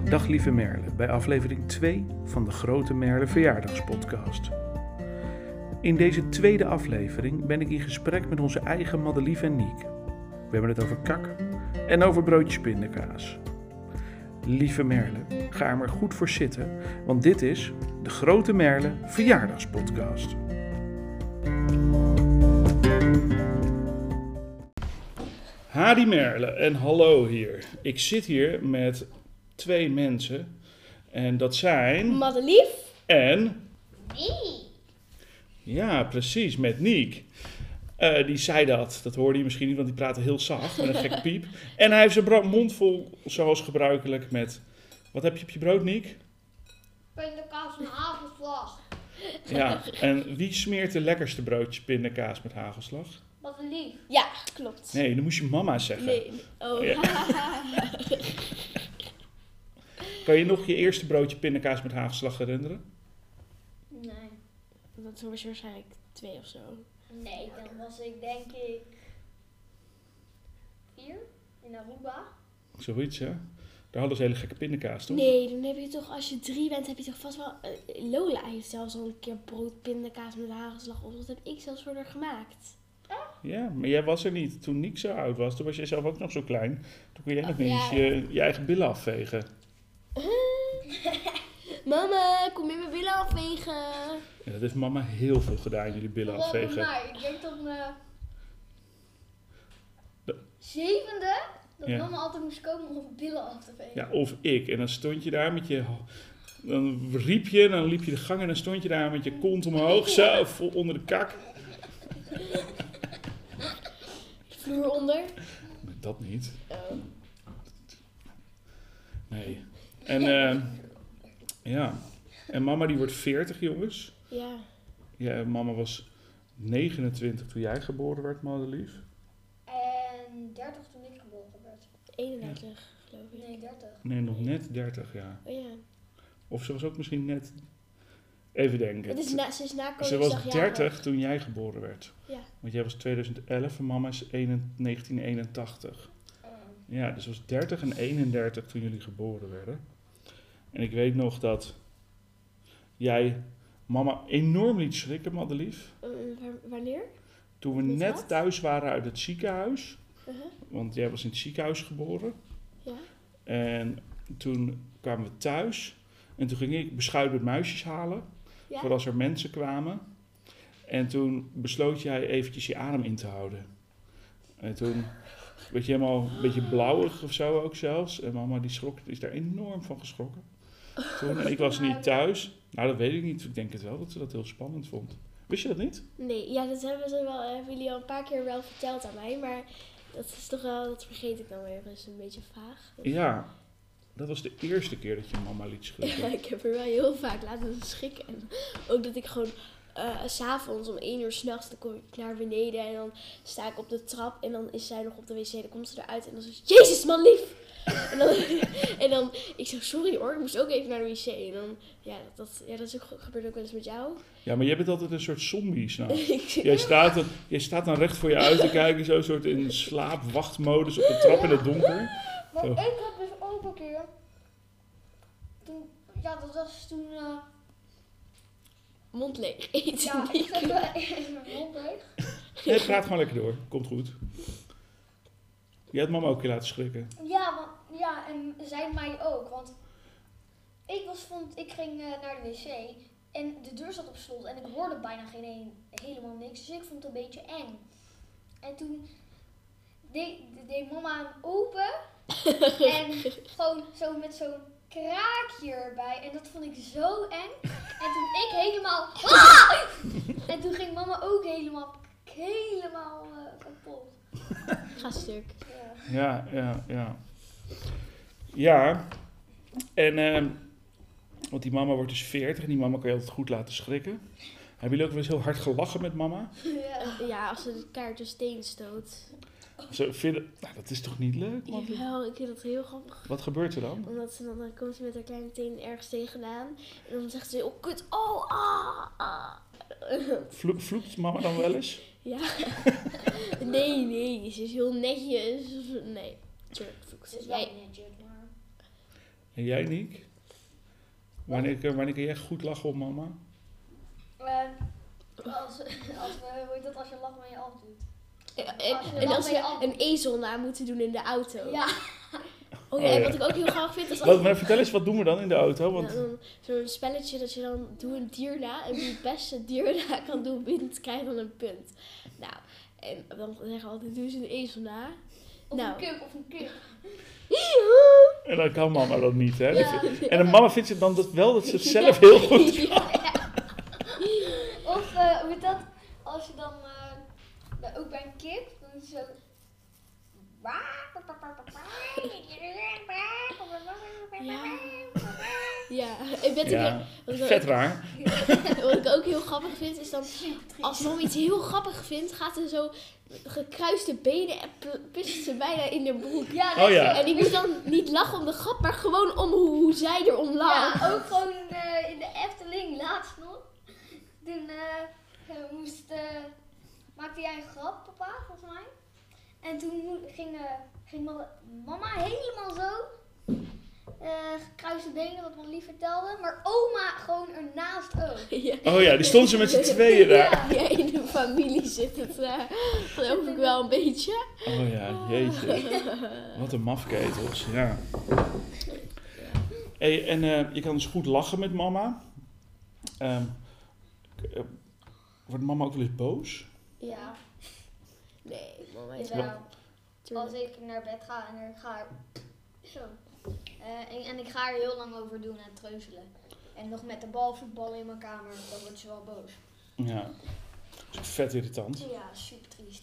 Dag lieve Merle, bij aflevering 2 van de Grote Merle Verjaardagspodcast. In deze tweede aflevering ben ik in gesprek met onze eigen Madelief en Niek. We hebben het over kak en over broodjes pindakaas. Lieve Merle, ga er maar goed voor zitten, want dit is de Grote Merle Verjaardagspodcast. Hadi Merle en hallo hier. Ik zit hier met 2 mensen en dat zijn... Madelief en... Niek. Ja, precies, met Niek. Die zei dat hoorde je misschien niet, want die praatte heel zacht met een gekke piep. En hij heeft zijn mond vol, zoals gebruikelijk, met... Wat heb je op je brood, Niek? Pindakaas en hagelslag. Ja, en wie smeert de lekkerste broodjes pindakaas met hagelslag? Madelief. Ja, klopt. Nee, dan moest je mama zeggen. Nee. Oh. Ja. Kan je nog je eerste broodje pindakaas met hagelslag herinneren? Nee. Dat was waarschijnlijk 2 of zo. Nee, dan was ik denk ik 4 in Aruba. Zoiets, ja. Daar hadden ze hele gekke pindakaas, toch? Nee, dan heb je toch, als je 3 bent, heb je toch vast wel... Lola heeft zelfs al een keer brood pindakaas met hagelslag op. Dat heb ik zelfs voor haar gemaakt. Ja, maar jij was er niet. Toen Niek zo oud was, toen was jij zelf ook nog zo klein. Toen kon jij nog niet eens ja. je eigen billen afvegen. Mama, kom in mijn billen afvegen. En dat heeft mama heel veel gedaan, jullie billen afvegen. Ik denk dat mijn De- 7e, dat Ja. mama altijd moest komen om mijn billen af te vegen. Ja, of ik. En dan stond je daar met je... Dan riep je, en dan liep je de gang en dan stond je daar met je kont omhoog, zo, vol onder de kak. Vloer onder. Dat niet. Oh. Nee. En ja. En mama die wordt 40, jongens. Ja. Ja, mama was 29 toen jij geboren werd, Madelief. En 30 toen ik geboren werd. 31, geloof ik. Nee, 30. Nee, nog net 30, ja. Oh ja. Of ze was ook misschien net... Even denken. Het is ze is na Ze was Koningsdag 30 jarig. toen jij geboren werd. Ja. Want jij was 2011 en mama is 1981. Ja, dus was 30 en 31 toen jullie geboren werden. En ik weet nog dat jij mama enorm liet schrikken, Madelief. Wanneer? Toen we Met net wat? thuis waren uit het ziekenhuis. Uh-huh. Want jij was in het ziekenhuis geboren. Ja. En toen kwamen we thuis. En toen ging ik beschuit met muisjes halen. Ja. Voor als er mensen kwamen. En toen besloot jij eventjes je adem in te houden. En toen werd je helemaal een beetje blauwig of zo ook zelfs. En mama die is daar enorm van geschrokken. Toen, en ik was niet thuis. Nou, dat weet ik niet. Ik denk het wel dat ze dat heel spannend vond. Wist je dat niet? Nee, ja, dat hebben jullie al een paar keer wel verteld aan mij, maar dat is toch wel, dat vergeet ik dan weer, dat is een beetje vaag. Ja, dat was de eerste keer dat je mama liet schrikken. Ja, ik heb er wel heel vaak laten schrikken. En ook dat ik gewoon 's avonds om 1 uur 's nachts, dan kom ik naar beneden en dan sta ik op de trap en dan is zij nog op de wc, dan komt ze eruit en dan zegt ze, Jezus man lief! en dan, ik zeg sorry hoor, ik moest ook even naar de wc. En dan, dat is ook, gebeurt ook wel eens met jou. Ja, maar jij bent altijd een soort zombie s'nachts. Ik- Jij staat dan recht voor je uit te kijken, zo'n soort in slaapwachtmodus op de trap in het donker. Maar Zo. ik had dus ook een keer. Toen, ja, dat was toen. Mond leeg eten. Ja, ik zat wel even mijn mond leeg. Nee, praat gewoon lekker door. Komt goed. Jij had mama ook een keer laten schrikken. Ja, en zij mij ook. Want ik ging naar de wc en de deur zat op slot en ik hoorde bijna helemaal niks. Dus ik vond het een beetje eng. En toen deed mama hem open en gewoon zo met zo'n kraakje erbij. En dat vond ik zo eng. En toen ik helemaal... En toen ging mama ook helemaal kapot. Ga stuk. Ja. Ja. Ja, en want die mama wordt dus 40 en die mama kan je altijd goed laten schrikken. Hebben jullie ook wel eens heel hard gelachen met mama? Ja, als ze de kaart de steen stoot. Ze vinden, nou, dat is toch niet leuk, man? Jawel, ik vind dat heel grappig. Wat gebeurt er dan? Omdat dan komt ze met haar kleine teen ergens tegenaan. En dan zegt ze, oh kut, Vloekt mama dan wel eens? Ja. Nee, ze is heel netjes. Nee, tuurlijk vloekt Het is ze. wel Jij, netjes, maar... En jij, Niek? Wanneer kan jij goed lachen op mama? Als je lacht met je afdoet. En als we een ezel na moeten doen in de auto. Ja. Oh ja, en wat ik ook heel graag vind is... Maar vertel eens, wat doen we dan in de auto? Want... Ja, zo'n spelletje dat je dan doe een dier na. En wie het beste dier na kan doen, wint, krijgt dan een punt. Nou, en dan zeggen we altijd, doe eens een ezel na. Of een kip. En dan kan mama dat niet, hè? Ja. En de mama vindt dan dat ze het zelf heel goed kan. Ja. Of hoe heet dat? Als je dan ook bij een kip, dan is het zo... Ja, ik ben Vet raar. Wat ik ook heel grappig vind, is dan als mama iets heel grappig vindt, gaat ze zo gekruiste benen en pist ze bijna in de broek. Ja, Oh ja. En ik moet dan niet lachen om de grap, maar gewoon om hoe zij erom lacht. Ja, ook gewoon in de Efteling laatst nog. Toen maakte jij een grap, papa, volgens mij. En toen ging mama helemaal zo. Gekruiste benen, wat mijn lief vertelde. Maar oma gewoon ernaast ook. Ja. Oh ja, die stonden ze met z'n tweeën daar. Ja, in de familie zit het, geloof ik wel een beetje. Oh ja, jeetje. Wat een mafketels, ja. Hey, en je kan dus goed lachen met mama. Wordt mama ook wel eens boos? Ja. Nee, mama is Jawel. wel... Als ik naar bed ga en ik ga zo. En ik ga er heel lang over doen en treuzelen. En nog met de bal voetballen in mijn kamer, dan wordt ze wel boos. Ja. Dat is vet irritant. Ja, super triest.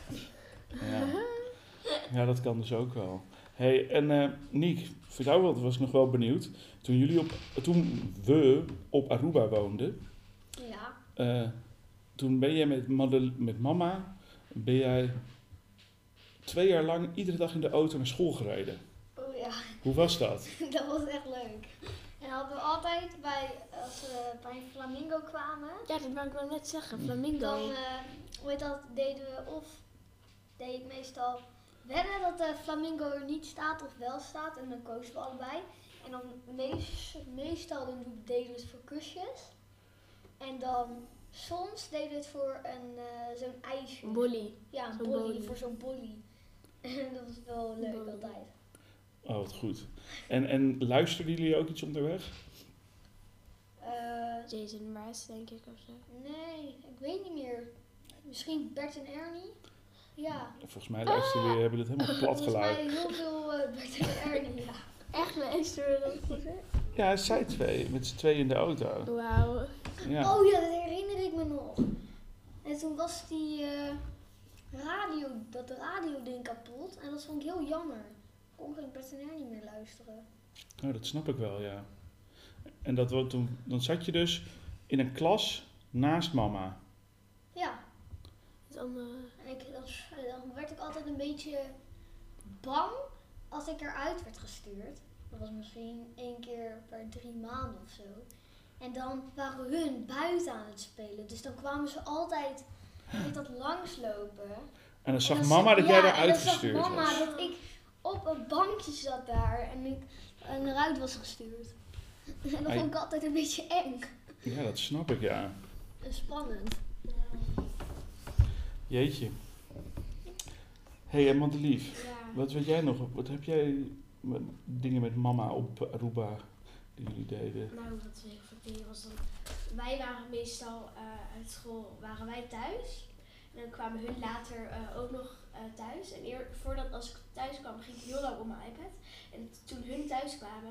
Ja, dat kan dus ook wel. Hey, en Niek, voor jou was ik nog wel benieuwd. Toen we op Aruba woonden, Ja. toen ben jij met mama, ben jij 2 jaar lang iedere dag in de auto naar school gereden. Oh ja, Hoe was dat? dat was echt leuk. En hadden we altijd als we bij Flamingo kwamen, Ja, dat wou ik wel net zeggen, flamingo. dan deden we deed ik meestal wedden dat de Flamingo er niet staat of wel staat en dan kozen we allebei. En dan meestal deden we het voor kusjes. En dan soms deden we het voor zo'n ijsje. Bolly. Ja, een Zo'n bolly, bolly. voor zo'n bolly. En dat was wel leuk Bolly. altijd. Oh, wat goed. En luisterden jullie ook iets onderweg? Jason Mraz, denk ik, of zo. Nee, ik weet niet meer. Misschien Bert en Ernie? Ja. Volgens mij luisterden jullie, hebben dit helemaal plat Volgens geluid. mij heel veel Bert en Ernie, ja. Echt luisteren we dat goed? Ja, zij twee, met z'n tweeën in de auto. Wauw. Ja. Oh ja, dat herinner ik me nog. En toen was dat radio-ding kapot. En dat vond ik heel jammer. Ik kon geen Bert en Ernie meer luisteren. Oh, dat snap ik wel, ja. En dan zat je dus in een klas naast mama. Ja. Dan, En dan werd ik altijd een beetje bang als ik eruit werd gestuurd. Dat was misschien 1 keer per 3 maanden of zo. En dan waren hun buiten aan het spelen. Dus dan kwamen ze altijd langslopen. En dan zag mama dat jij eruit en dan gestuurd zag mama was. dat ik op een bankje zat daar en eruit was gestuurd. En dat vond ik altijd een beetje eng Ja, dat snap ik, ja. en spannend. Jeetje. Hey, en Madelief, ja. wat weet jij nog? Wat heb jij dingen met mama op Aruba die jullie deden? Nou, wat ik vertellen was dan... Wij waren meestal uit school, waren wij thuis. En dan kwamen hun later ook nog thuis. En voordat als ik thuis kwam, ging ik heel lang op mijn iPad. En toen hun thuis kwamen,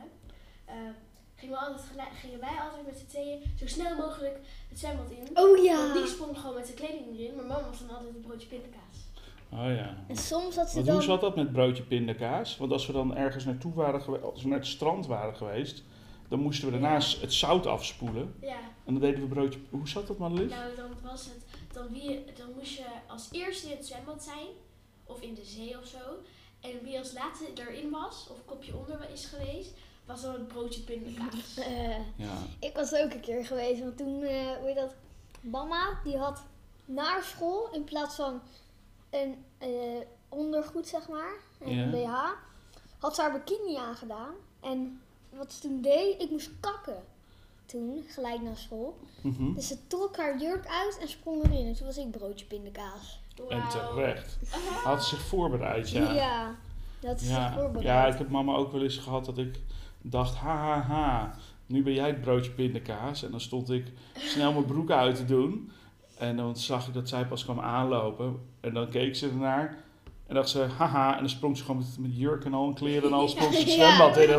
gingen wij altijd met z'n tweeën zo snel mogelijk het zwembad in. Oh Want die sprong gewoon met zijn kleding erin, maar mama was dan altijd een broodje pindakaas. Oh ja. En soms had ze Want dan... hoe zat dat met broodje pindakaas? Want als we dan ergens naartoe waren geweest, als we naar het strand waren geweest, dan moesten we daarna het zout afspoelen. Ja. En dan deden we broodje... Hoe zat dat, Madelief? Nou, dan was het, dan moest je als eerste in het zwembad zijn, of in de zee of zo. En wie als laatste erin was, of een kopje onder is geweest, was dan het broodje pindakaas. Ja. Ik was ook een keer geweest, want toen, mama, die had naar school, in plaats van een ondergoed, zeg maar, een BH, had ze haar bikini aangedaan. En wat ze toen deed, ik moest kakken. Toen, gelijk na school. Mhm. Dus ze trok haar jurk uit en sprong erin. En toen was ik broodje pindakaas. En terecht. Had ze zich voorbereid, ja. Ja, dat is zich voorbereid. Ja, ik heb mama ook wel eens gehad dat ik dacht, ha, nu ben jij het broodje pindakaas. En dan stond ik snel mijn broek uit te doen. En dan zag ik dat zij pas kwam aanlopen. En dan keek ze ernaar. En dacht ze, haha. En dan sprong ze gewoon met jurk en al en kleren en al. Sprong ze het zwembad in. En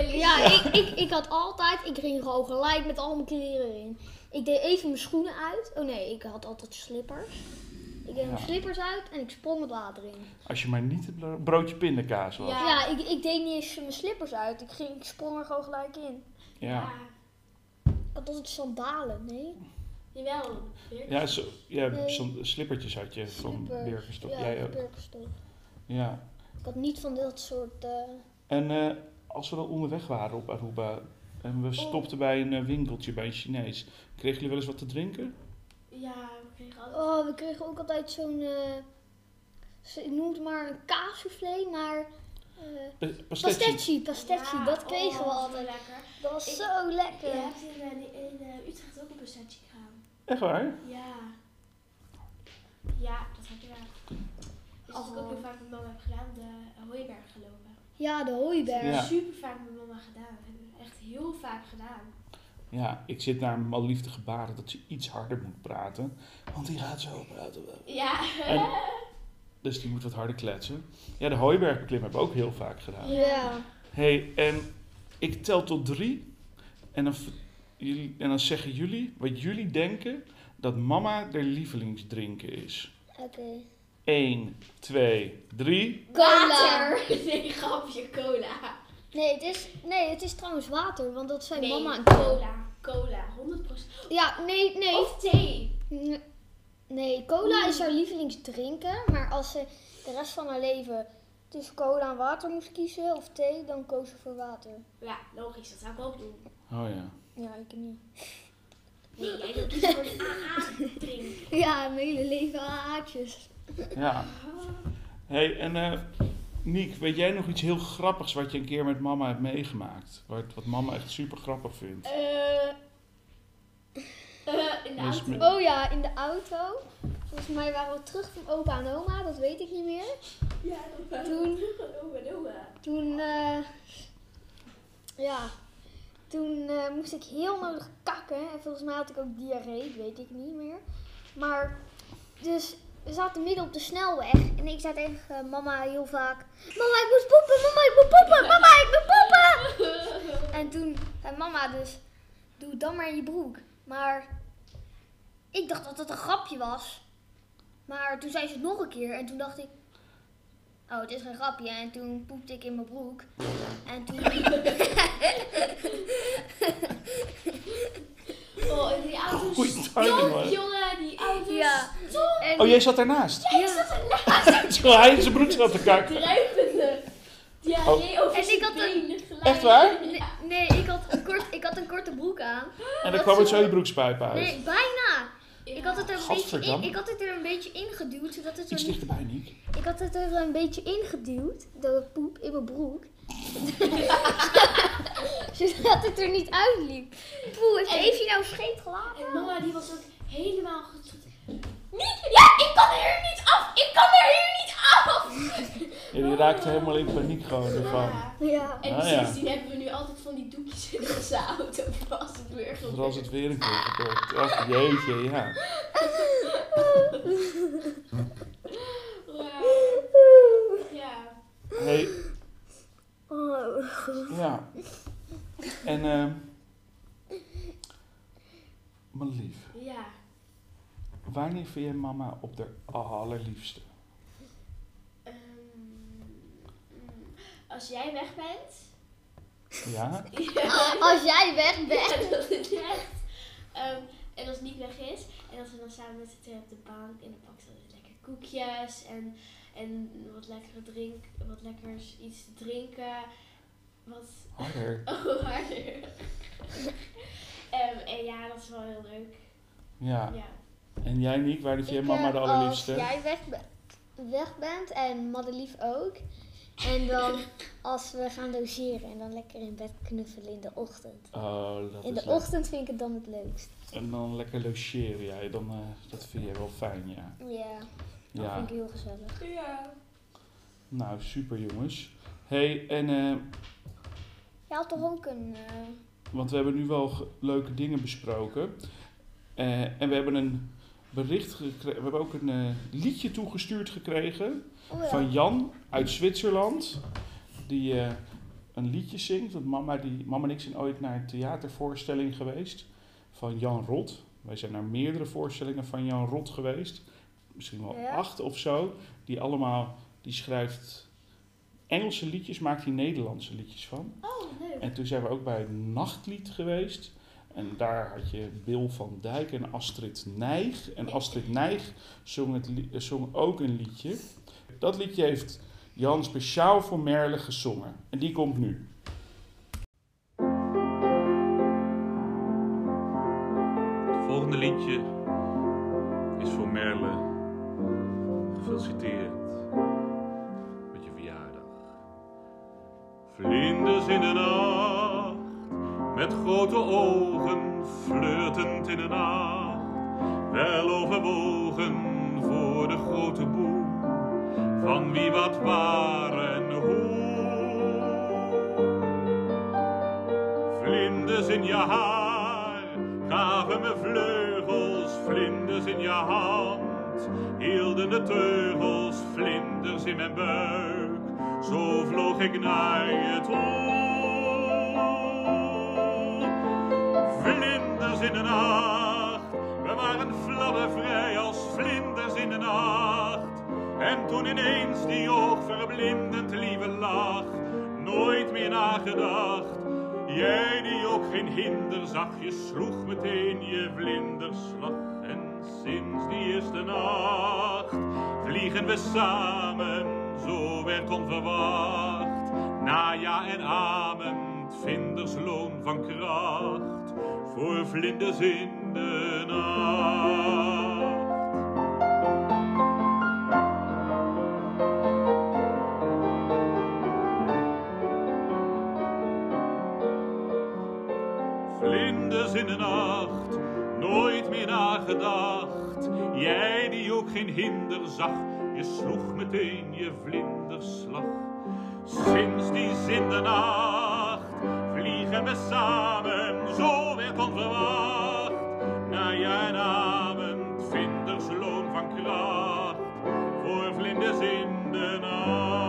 Ik had altijd, ik ging gewoon gelijk met al mijn kleren in. Ik deed even mijn schoenen uit. Oh nee, ik had altijd slippers. Ik deed mijn slippers uit en ik sprong het water in. Als je maar niet het broodje pindakaas was. Ja, ik deed niet eens mijn slippers uit. Ik sprong er gewoon gelijk in. Ja. Ik had altijd sandalen, nee? Jawel. Zo'n slippertjes had je van Birkenstock. Ja, Jij ook. Birkenstock. Ja. Ik had niet van dat soort... En als we dan onderweg waren op Aruba en we stopten bij een winkeltje, bij een Chinees, kregen jullie wel eens wat te drinken? Ja, we kregen altijd... we kregen ook altijd zo'n... ik noem het maar een kaassoufflé, maar... Pastetschi, Ja, dat kregen we zo altijd. lekker. Dat was zo lekker. Je hebt in Utrecht ook een pastetschi gedaan. Echt waar? Ja. Ja, dat heb je wel. Dus wat ik ook heel vaak met mama heb gedaan, de hooiberg gelopen. Ja, de hooiberg. Ja. Super vaak met mama gedaan. Dat hebben we echt heel vaak gedaan. Ja, ik zit naar mijn lief te gebaren dat ze iets harder moet praten, want die gaat zo praten. Ja. Dus die moet wat harder kletsen. Ja, de hooibergbeklim hebben we ook heel vaak gedaan. Ja. Hey, en ik tel tot 3 en dan zeggen jullie wat jullie denken dat mama de lievelingsdrinken is. Oké. 1, 2, 3. Cola. Nee, grapje, cola. Nee, het is trouwens water, want dat zei mama en Cola, 100%. Ja, nee. Of thee. Nee, cola is haar lievelingsdrinken, maar als ze de rest van haar leven tussen cola en water moest kiezen, of thee, dan koos ze voor water. Ja, logisch, dat zou ik ook doen. Oh ja. Ja, ik niet. Nee, jij doet dus voor een AA-drink. Ja, mijn hele leven aatjes. Ja. Hey, en Niek, weet jij nog iets heel grappigs wat je een keer met mama hebt meegemaakt? Wat mama echt super grappig vindt? In de Dus auto. met- Oh ja, in de auto. Volgens mij waren we terug van opa en oma, dat weet ik niet meer. Ja, dat Toen moest ik heel nodig kakken. En volgens mij had ik ook diarree, weet ik niet meer. Maar, dus we zaten midden op de snelweg. En ik zei tegen mama heel vaak: Mama, ik moet poepen, mama, ik moet poepen, mama, ik moet poepen. En toen zei mama dus: Doe het dan maar in je broek. Maar ik dacht dat het een grapje was. Maar toen zei ze het nog een keer. En toen dacht ik: Oh, het is geen grapje. En toen poepte ik in mijn broek. En toen... Oh, en die auto's. Goeie timing, man. Jongen, die auto's. Ja. En Oh, jij zat daarnaast? ja. Terwijl hij in zijn broek zat te kakken. Druipende. Diarree over En zijn ik had een- benen gelijk. Echt waar? Nee, ik had een korte broek aan. En dan kwam het zo je broekspijp uit. Nee, bijna. Ja. Ik had het er een Gadverdamme. beetje in, ik had het er een beetje ingeduwd, zodat het Iets er niet... dichterbij, Niek. Ik had het er een beetje ingeduwd, de poep, in mijn broek. Zodat het er niet uitliep. Poeh, heeft je nou scheet gelaten? En mama die was ook helemaal getroffen. Niet! Ja, ik kan er hier niet af! Ik kan er hier niet af! Ja, die raakte helemaal in paniek gewoon ervan. Ja. Ja. En Ah, ja. sindsdien hebben we nu altijd van die doekjes in onze auto voor als het weer gebeurt. Voor als het weer een keer gebeurt. Ach, jeetje, ja. Ja. Hey, Oh. ja. En, mijn lief. Ja. Wanneer vind je mama op de allerliefste? Als jij weg bent. Ja? Als jij weg bent. Ja, dat is echt. En als Niek weg is. En als we dan samen met z'n tweeën op de bank. En dan pakken ze lekker koekjes. En wat lekkers iets te drinken. Wat... Harder. Oh, harder. En ja, dat is wel heel leuk. Ja. Ja. En jij, Niek, wanneer vind je mama de Als allerliefste? jij weg bent en Madelief ook. En dan als we gaan logeren en dan lekker in bed knuffelen in de ochtend. Oh, dat In is de leuk. ochtend vind ik het dan het leukst. En dan lekker logeren, ja. Dat vind je wel fijn, ja. Ja, dat Ja, vind ik heel gezellig. Ja. nou super jongens. Hey, en Je had toch ook een... want we hebben nu wel leuke dingen besproken. En we hebben een bericht gekregen, we hebben ook een liedje toegestuurd gekregen Oh ja. van Jan uit Zwitserland. Die een liedje zingt. Want mama en ik zijn ooit naar een theatervoorstelling geweest van Jan Rot. Wij zijn naar meerdere voorstellingen van Jan Rot geweest. Misschien wel Ja? 8 of zo. Die schrijft Engelse liedjes, maakt hij Nederlandse liedjes van. Oh, leuk. En toen zijn we ook bij het Nachtlied geweest. En daar had je Bill van Dijk en Astrid Nijg. En Astrid Nijg zong ook een liedje. Dat liedje heeft Jan speciaal voor Merle gezongen. En die komt nu. Het volgende liedje is voor Merle. Gefeliciteerd met je verjaardag. Vlinders in de nacht, met grote ogen, flirtend in de nacht. Wel overwogen voor de grote boel, van wie wat waar en hoe. Vlinders in je haar, gaven me vleugels, vlinders in je hand, hielden de teugels, vlinders in mijn buik, zo vloog ik naar je toe. Vlinders in de nacht, we waren fladdervrij als vlinders in de nacht. En toen ineens die oogverblindend lieve lach, nooit meer nagedacht. Jij die ook geen hinder zag, je sloeg meteen je vlinderslag. En sinds die eerste nacht vliegen we samen, zo werd onverwacht. Na ja en amen, vindersloon van kracht, voor vlinders in de nacht. Vlinders in de nacht, nooit meer nagedacht. Jij die ook geen hinder zag, je sloeg meteen je vlinderslag. Sinds die zindernacht vliegen we samen, zo werd onverwacht. Na ja en amen, vindersloon van kracht, voor vlinders in de nacht.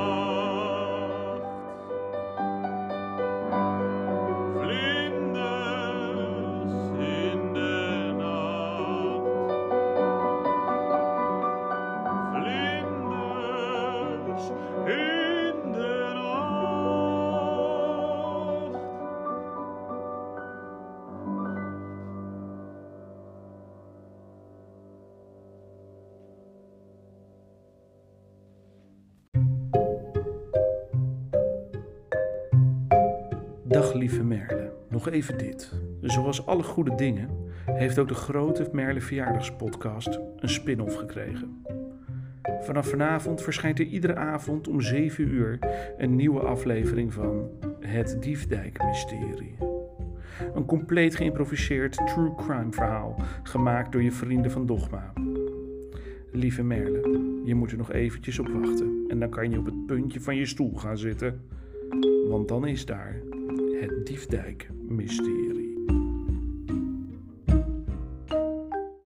Dag lieve Merle, nog even dit. Zoals alle goede dingen heeft ook de grote Merle Verjaardagspodcast een spin-off gekregen. Vanaf vanavond verschijnt er iedere avond om 7 uur een nieuwe aflevering van Het Diefdijk-mysterie. Een compleet geïmproviseerd true crime verhaal, gemaakt door je vrienden van Dogma. Lieve Merle, je moet er nog eventjes op wachten en dan kan je op het puntje van je stoel gaan zitten. Want dan is daar Het Diefdijk-mysterie.